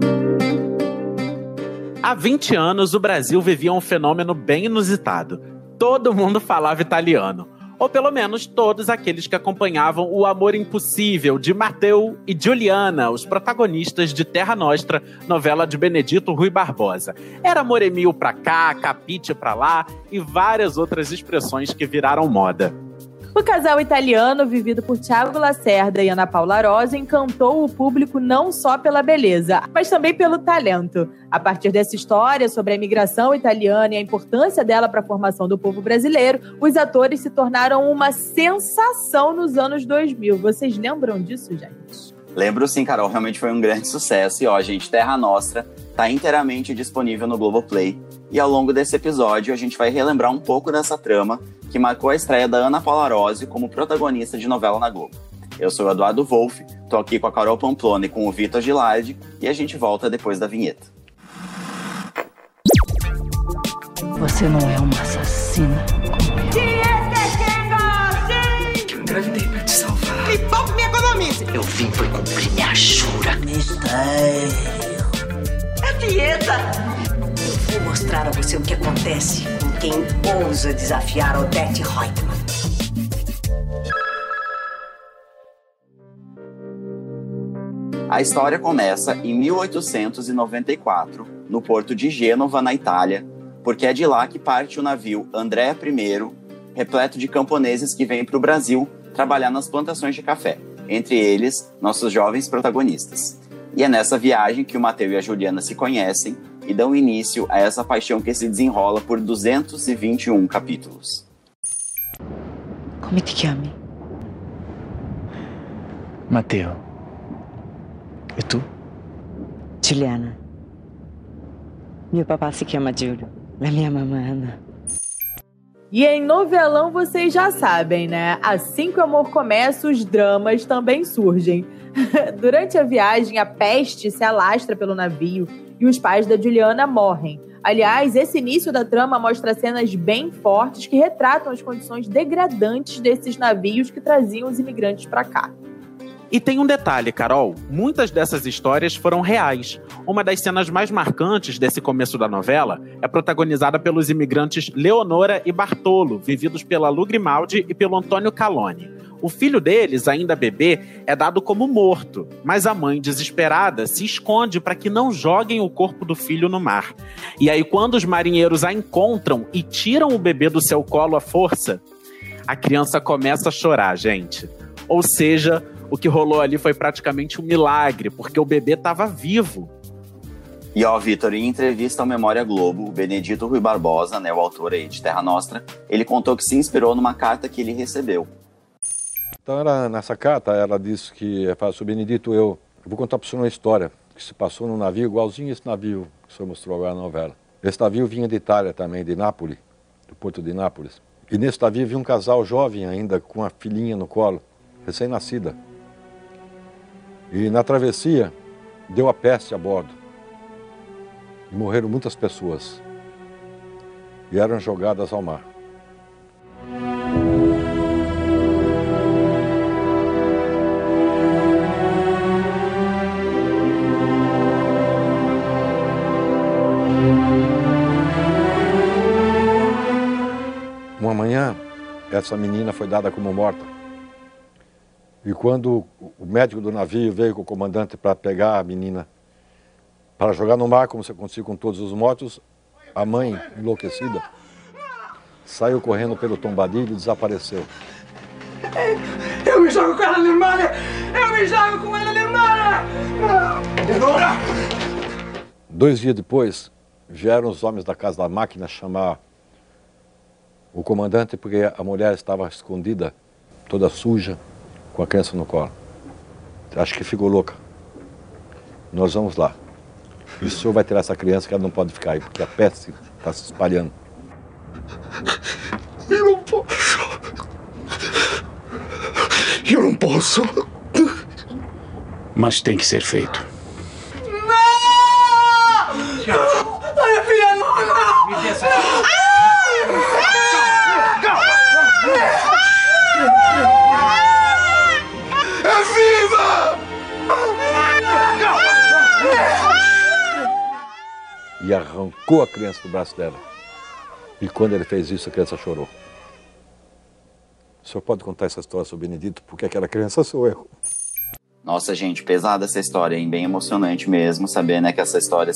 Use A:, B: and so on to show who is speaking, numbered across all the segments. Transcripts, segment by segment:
A: Há 20 anos, o Brasil vivia um fenômeno bem inusitado. Todo mundo falava italiano. Ou pelo menos todos aqueles que acompanhavam O Amor Impossível, de Matteo e Giuliana, os protagonistas de Terra Nostra, novela de Benedito Rui Barbosa. Era Moremio pra cá, Capite pra lá e várias outras expressões que viraram moda.
B: O casal italiano, vivido por Thiago Lacerda e Ana Paula Arósio, encantou o público não só pela beleza, mas também pelo talento. A partir dessa história sobre a imigração italiana e a importância dela para a formação do povo brasileiro, os atores se tornaram uma sensação nos anos 2000. Vocês lembram disso, gente?
C: Lembro sim, Carol. Realmente foi um grande sucesso. E ó, gente, Terra Nostra tá inteiramente disponível no Globoplay. E ao longo desse episódio, a gente vai relembrar um pouco dessa trama que marcou a estreia da Ana Paula Arósio como protagonista de novela na Globo. Eu sou o Eduardo Wolff, tô aqui com a Carol Pamplona e com o Vitor Gilardi, e a gente volta depois da vinheta.
D: Você não é uma assassina como eu.
E: Que eu engravidei pra te salvar.
F: Me poupe, me economize.
D: Eu vim foi cumprir minha jura.
F: Mistério. É dieta.
D: Vou mostrar a você o que acontece com quem ousa desafiar Odete Reutemann.
C: A história começa em 1894, no porto de Gênova, na Itália, porque é de lá que parte o navio Andréa I, repleto de camponeses que vêm para o Brasil trabalhar nas plantações de café, entre eles, nossos jovens protagonistas. E é nessa viagem que o Matteo e a Giuliana se conhecem e dão início a essa paixão que se desenrola por 221 capítulos.
D: Como ti chiami?
G: Matteo. E tu?
D: Giuliana. Meu papá se chama Giulio. A minha mamãe Ana.
B: E em novelão vocês já sabem, né? Assim que o amor começa, os dramas também surgem. Durante a viagem, a peste se alastra pelo navio e os pais da Giuliana morrem. Aliás, esse início da trama mostra cenas bem fortes que retratam as condições degradantes desses navios que traziam os imigrantes para cá.
A: E tem um detalhe, Carol. Muitas dessas histórias foram reais. Uma das cenas mais marcantes desse começo da novela é protagonizada pelos imigrantes Leonora e Bartolo, vividos pela Lu Grimaldi e pelo Antônio Calone. O filho deles, ainda bebê, é dado como morto, mas a mãe, desesperada, se esconde para que não joguem o corpo do filho no mar. E aí, quando os marinheiros a encontram e tiram o bebê do seu colo à força, a criança começa a chorar, gente. Ou seja, o que rolou ali foi praticamente um milagre, porque o bebê estava vivo.
C: E ó, Vitor, em entrevista ao Memória Globo, o Benedito Rui Barbosa, né, o autor aí de Terra Nostra, ele contou que se inspirou numa carta que ele recebeu.
H: Então, nessa carta, ela disse que, sou Benedito, eu vou contar para o senhor uma história que se passou num navio igualzinho a esse navio que o senhor mostrou agora na novela. Esse navio vinha de Itália também, de Nápoles, do porto de Nápoles. E nesse navio havia um casal jovem ainda, com a filhinha no colo, recém-nascida. E na travessia, deu a peste a bordo. E morreram muitas pessoas. E eram jogadas ao mar. Uma manhã, essa menina foi dada como morta. E quando o médico do navio veio com o comandante para pegar a menina, para jogar no mar, como se acontecia com todos os mortos, a mãe, enlouquecida, saiu correndo pelo tombadilho e desapareceu.
F: Eu me jogo com ela no mar! Eu me jogo com ela no mar! Agora!
H: 2 dias depois, vieram os homens da Casa da Máquina chamar o comandante porque a mulher estava escondida, toda suja, com a criança no colo. Acho que ficou louca. Nós vamos lá. E o senhor vai tirar essa criança que ela não pode ficar aí, porque a peste está se espalhando.
F: Eu não posso. Eu não posso.
G: Mas tem que ser feito.
F: Não! Minha filha, não! Me dê essa... É viva!
H: e arrancou a criança do braço dela. E quando ele fez isso, a criança chorou. O senhor pode contar essa história sobre o Benedito, porque aquela criança sou eu.
C: Nossa, gente, pesada essa história, hein? Bem emocionante mesmo saber, né, que essa história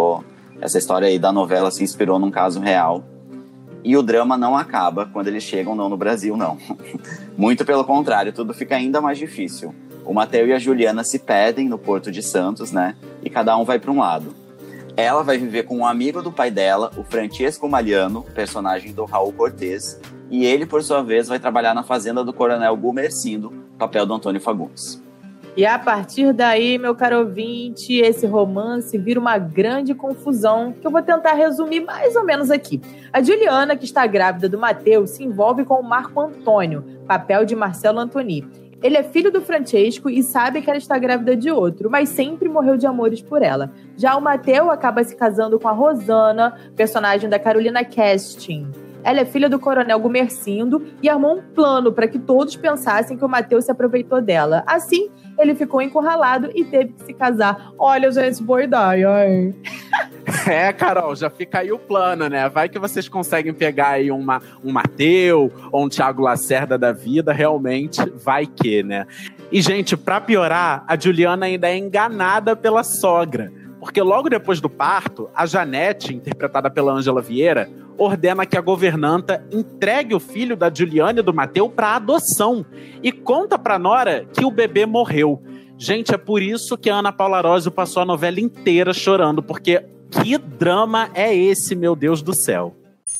C: aí da novela se inspirou num caso real. E o drama não acaba quando eles chegam não no Brasil, não. Muito pelo contrário, tudo fica ainda mais difícil. O Mateu e a Juliana se pedem no Porto de Santos, né? E cada um vai para um lado. Ela vai viver com um amigo do pai dela, o Francesco Maliano, personagem do Raul Cortez, e ele, por sua vez, vai trabalhar na fazenda do Coronel Gumercindo, papel do Antônio Fagundes.
B: E a partir daí, meu caro ouvinte, esse romance vira uma grande confusão que eu vou tentar resumir mais ou menos aqui. A Juliana, que está grávida do Mateu, se envolve com o Marco Antônio, papel de Marcelo Antoni. Ele é filho do Francesco e sabe que ela está grávida de outro, mas sempre morreu de amores por ela. Já o Mateu acaba se casando com a Rosana, personagem da Carolina Casting. Ela é filha do Coronel Gumercindo e armou um plano para que todos pensassem que o Mateu se aproveitou dela. Assim, ele ficou encurralado e teve que se casar. Olha, gente, boa ideia,
A: É, Carol, já fica aí o plano, né? Vai que vocês conseguem pegar aí um Mateu ou um Thiago Lacerda da vida, realmente vai que, né? E, gente, pra piorar, a Juliana ainda é enganada pela sogra. Porque logo depois do parto, a Janete, interpretada pela Ângela Vieira, ordena que a governanta entregue o filho da Juliana e do Mateu para adoção e conta pra nora que o bebê morreu. Gente, é por isso que a Ana Paula Arósio passou a novela inteira chorando, porque que drama é esse, meu Deus do céu?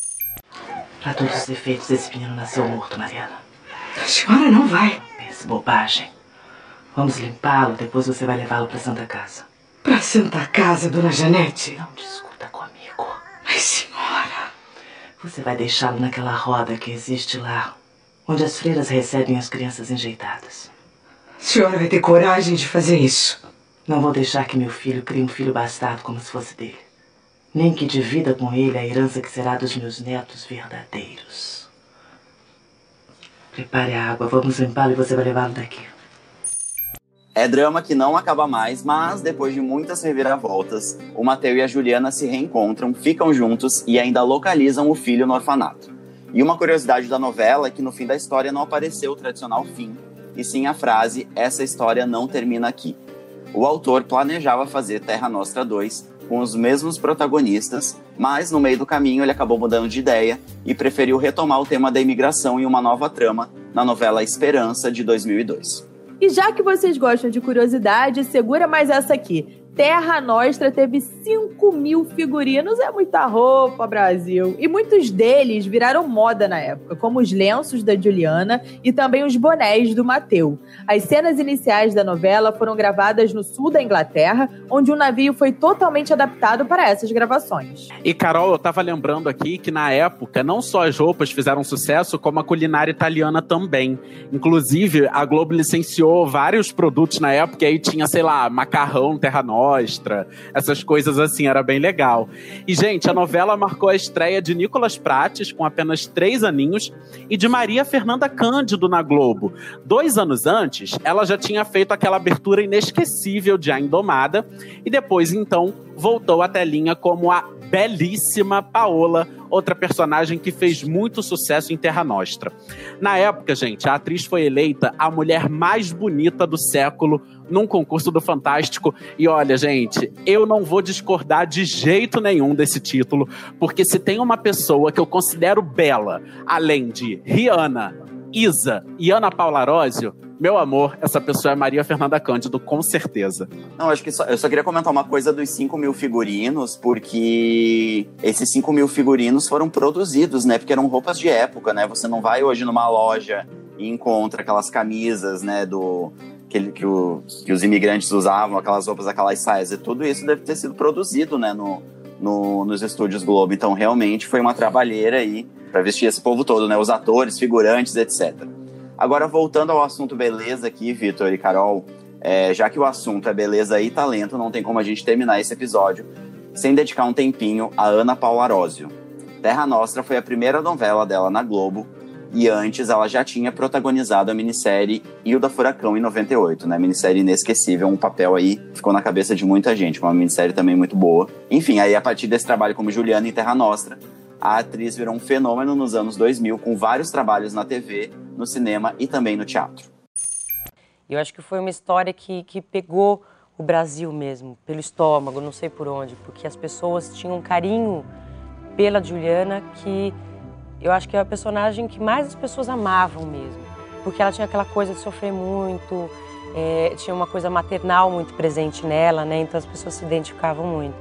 E: Pra todos os efeitos, esse menino nasceu morto, Mariana.
F: A senhora não vai.
E: Pense bobagem. Vamos limpá-lo, depois você vai levá-lo pra Santa Casa.
F: Pra Santa Casa, dona Janete?
E: Não discuta comigo.
F: Mas, senhora...
E: Você vai deixá-lo naquela roda que existe lá, onde as freiras recebem as crianças enjeitadas.
F: A senhora vai ter coragem de fazer isso?
E: Não vou deixar que meu filho crie um filho bastardo como se fosse dele. Nem que divida com ele a herança que será dos meus netos verdadeiros. Prepare a água, vamos limpá-lo e você vai levá-lo daqui.
C: É drama que não acaba mais, mas depois de muitas reviravoltas, o Mateu e a Juliana se reencontram, ficam juntos e ainda localizam o filho no orfanato. E uma curiosidade da novela é que no fim da história não apareceu o tradicional fim, e sim a frase "essa história não termina aqui". O autor planejava fazer Terra Nostra 2 com os mesmos protagonistas, mas no meio do caminho ele acabou mudando de ideia e preferiu retomar o tema da imigração em uma nova trama na novela Esperança, de 2002.
B: E já que vocês gostam de curiosidade, segura mais essa aqui. Terra Nostra teve 5.000 figurinos, é muita roupa, Brasil. E muitos deles viraram moda na época, como os lenços da Juliana e também os bonés do Mateu. As cenas iniciais da novela foram gravadas no sul da Inglaterra, onde um navio foi totalmente adaptado para essas gravações.
A: E, Carol, eu tava lembrando aqui que na época não só as roupas fizeram sucesso, como a culinária italiana também. Inclusive, a Globo licenciou vários produtos na época, e aí tinha, sei lá, macarrão Terra Nostra, essas coisas assim, era bem legal. E, gente, a novela marcou a estreia de Nicolas Prates, com apenas 3 aninhos, e de Maria Fernanda Cândido na Globo. 2 anos antes, ela já tinha feito aquela abertura inesquecível de A Indomada, e depois, então, voltou à telinha como a belíssima Paola, outra personagem que fez muito sucesso em Terra Nostra. Na época, gente, a atriz foi eleita a mulher mais bonita do século num concurso do Fantástico. E olha, gente, eu não vou discordar de jeito nenhum desse título, porque se tem uma pessoa que eu considero bela, além de Rihanna, Isa e Ana Paula Arósio, meu amor, essa pessoa é Maria Fernanda Cândido, com certeza.
C: Não, acho que eu só queria comentar uma coisa dos 5.000 figurinos, porque esses 5.000 figurinos foram produzidos, né? Porque eram roupas de época, né? Você não vai hoje numa loja e encontra aquelas camisas, né? Que os imigrantes usavam, aquelas roupas, aquelas saias. E tudo isso deve ter sido produzido, né? Nos estúdios Globo. Então, realmente, foi uma trabalheira aí para vestir esse povo todo, né? Os atores, figurantes, etc. Agora, voltando ao assunto beleza aqui, Vitor e Carol, já que o assunto é beleza e talento, não tem como a gente terminar esse episódio sem dedicar um tempinho a Ana Paula Arósio. Terra Nostra foi a primeira novela dela na Globo E antes ela já tinha protagonizado a minissérie Hilda Furacão em 98, né? Minissérie inesquecível, um papel aí que ficou na cabeça de muita gente, uma minissérie também muito boa. Enfim, aí a partir desse trabalho como Juliana em Terra Nostra, a atriz virou um fenômeno nos anos 2000, com vários trabalhos na TV, no cinema e também no teatro.
I: Eu acho que foi uma história que pegou o Brasil mesmo, pelo estômago, não sei por onde, porque as pessoas tinham um carinho pela Juliana que eu acho que é a personagem que mais as pessoas amavam mesmo, porque ela tinha aquela coisa de sofrer muito, tinha uma coisa maternal muito presente nela, né? Então as pessoas se identificavam muito.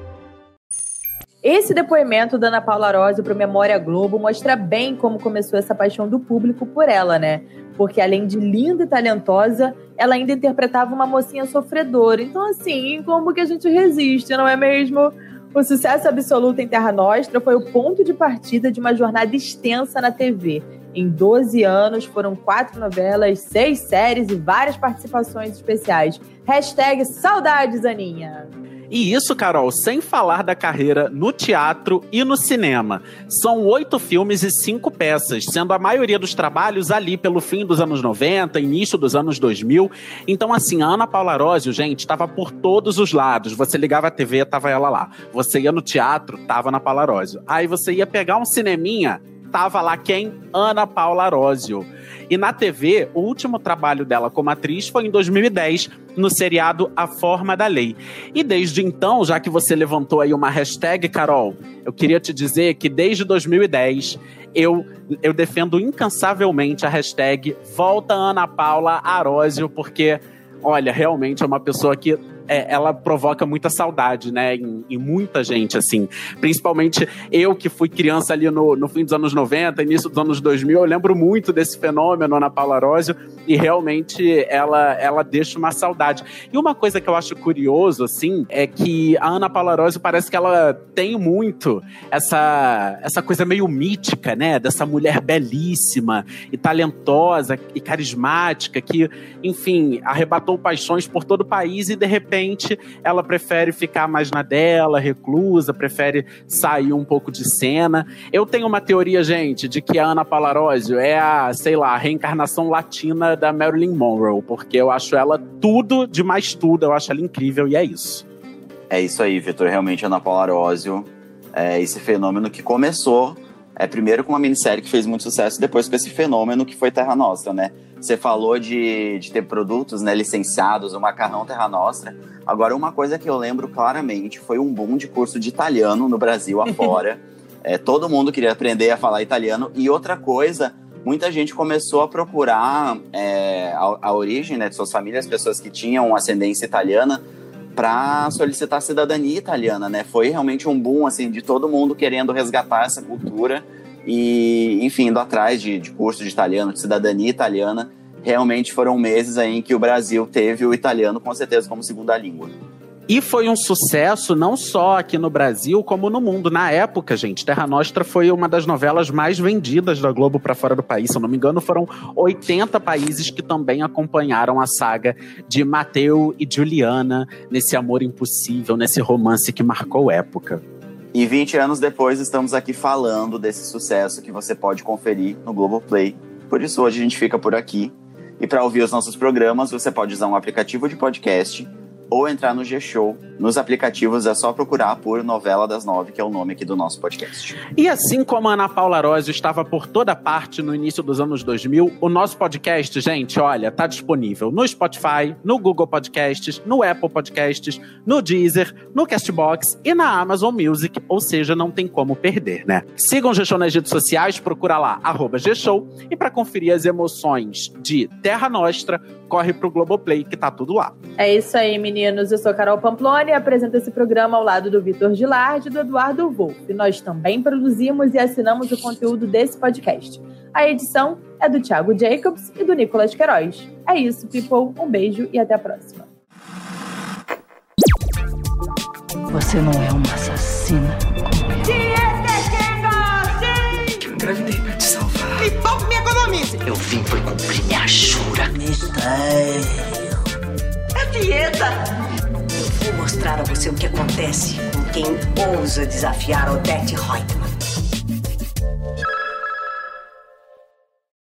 B: Esse depoimento da Ana Paula Arósio para o Memória Globo mostra bem como começou essa paixão do público por ela, né? Porque além de linda e talentosa, ela ainda interpretava uma mocinha sofredora. Então, assim, como que a gente resiste, não é mesmo? O sucesso absoluto em Terra Nostra foi o ponto de partida de uma jornada extensa na TV. Em 12 anos, foram 4 novelas, 6 séries e várias participações especiais. #saudades, Aninha!
A: E isso, Carol, sem falar da carreira no teatro e no cinema. São 8 filmes e 5 peças, sendo a maioria dos trabalhos ali pelo fim dos anos 90, início dos anos 2000. Então, assim, a Ana Paula Arósio, gente, estava por todos os lados. Você ligava a TV, tava ela lá. Você ia no teatro, tava Ana Paula Arósio. Aí você ia pegar um cineminha, tava lá quem? Ana Paula Arósio. E na TV, o último trabalho dela como atriz foi em 2010, no seriado A Forma da Lei. E desde então, já que você levantou aí uma hashtag, Carol, eu queria te dizer que desde 2010 eu defendo incansavelmente a hashtag Volta Ana Paula Arósio, porque, olha, realmente é uma pessoa que ela provoca muita saudade, né, em muita gente, assim. Principalmente eu, que fui criança ali no fim dos anos 90, início dos anos 2000, eu lembro muito desse fenômeno, Ana Paula Arósio, e realmente ela deixa uma saudade. E uma coisa que eu acho curioso, assim, é que a Ana Paula Arósio parece que ela tem muito essa coisa meio mítica, né, dessa mulher belíssima e talentosa e carismática que, enfim, arrebatou paixões por todo o país e, de repente, ela prefere ficar mais na dela, reclusa, prefere sair um pouco de cena. Eu tenho uma teoria, gente, de que a Ana Paula Arósio é a reencarnação latina da Marilyn Monroe, porque eu acho ela tudo de mais tudo, eu acho ela incrível e é isso.
C: É isso aí, Vitor. Realmente, a Ana Paula Arósio é esse fenômeno que começou primeiro com uma minissérie que fez muito sucesso, depois com esse fenômeno que foi Terra Nostra, né? Você falou de ter produtos, né, licenciados, o macarrão Terra Nostra. Agora, uma coisa que eu lembro claramente foi um boom de curso de italiano no Brasil afora. Todo mundo queria aprender a falar italiano. E outra coisa, muita gente começou a procurar a origem, né, de suas famílias, pessoas que tinham ascendência italiana, para solicitar a cidadania italiana, né? Foi realmente um boom, assim, de todo mundo querendo resgatar essa cultura e, enfim, indo atrás de curso de italiano, de cidadania italiana. Realmente foram meses aí em que o Brasil teve o italiano, com certeza, como segunda língua.
A: E foi um sucesso não só aqui no Brasil, como no mundo. Na época, gente, Terra Nostra foi uma das novelas mais vendidas da Globo para fora do país. Se eu não me engano, foram 80 países que também acompanharam a saga de Matteo e Juliana nesse amor impossível, nesse romance que marcou época.
C: E 20 anos depois, estamos aqui falando desse sucesso que você pode conferir no Globoplay. Por isso, hoje a gente fica por aqui. E para ouvir os nossos programas, você pode usar um aplicativo de podcast ou entrar no G-Show. Nos aplicativos é só procurar por Novela das 9, que é o nome aqui do nosso podcast.
A: E assim como a Ana Paula Arósio estava por toda parte no início dos anos 2000, o nosso podcast, gente, olha, tá disponível no Spotify, no Google Podcasts, no Apple Podcasts, no Deezer, no Castbox e na Amazon Music, ou seja, não tem como perder, né? Sigam o G-Show nas redes sociais, procura lá, @G-Show, e para conferir as emoções de Terra Nostra, corre pro Globoplay, que tá tudo lá.
B: É isso aí, meninos. Eu sou Carol Pamploni e apresento esse programa ao lado do Vitor Gilardi e do Eduardo Wolff. Nós também produzimos e assinamos o conteúdo desse podcast. A edição é do Thiago Jacobs e do Nicolas Queiroz. É isso, people. Um beijo e até a próxima.
E: Você não é uma assassina.
F: Eu engravidei pra te salvar.
J: Me poupe, me economize.
E: Eu vim por cumprir minha jura.
J: Mistério. É dieta.
E: Eu vou mostrar a você o que acontece com quem ousa desafiar Odete Reutemann.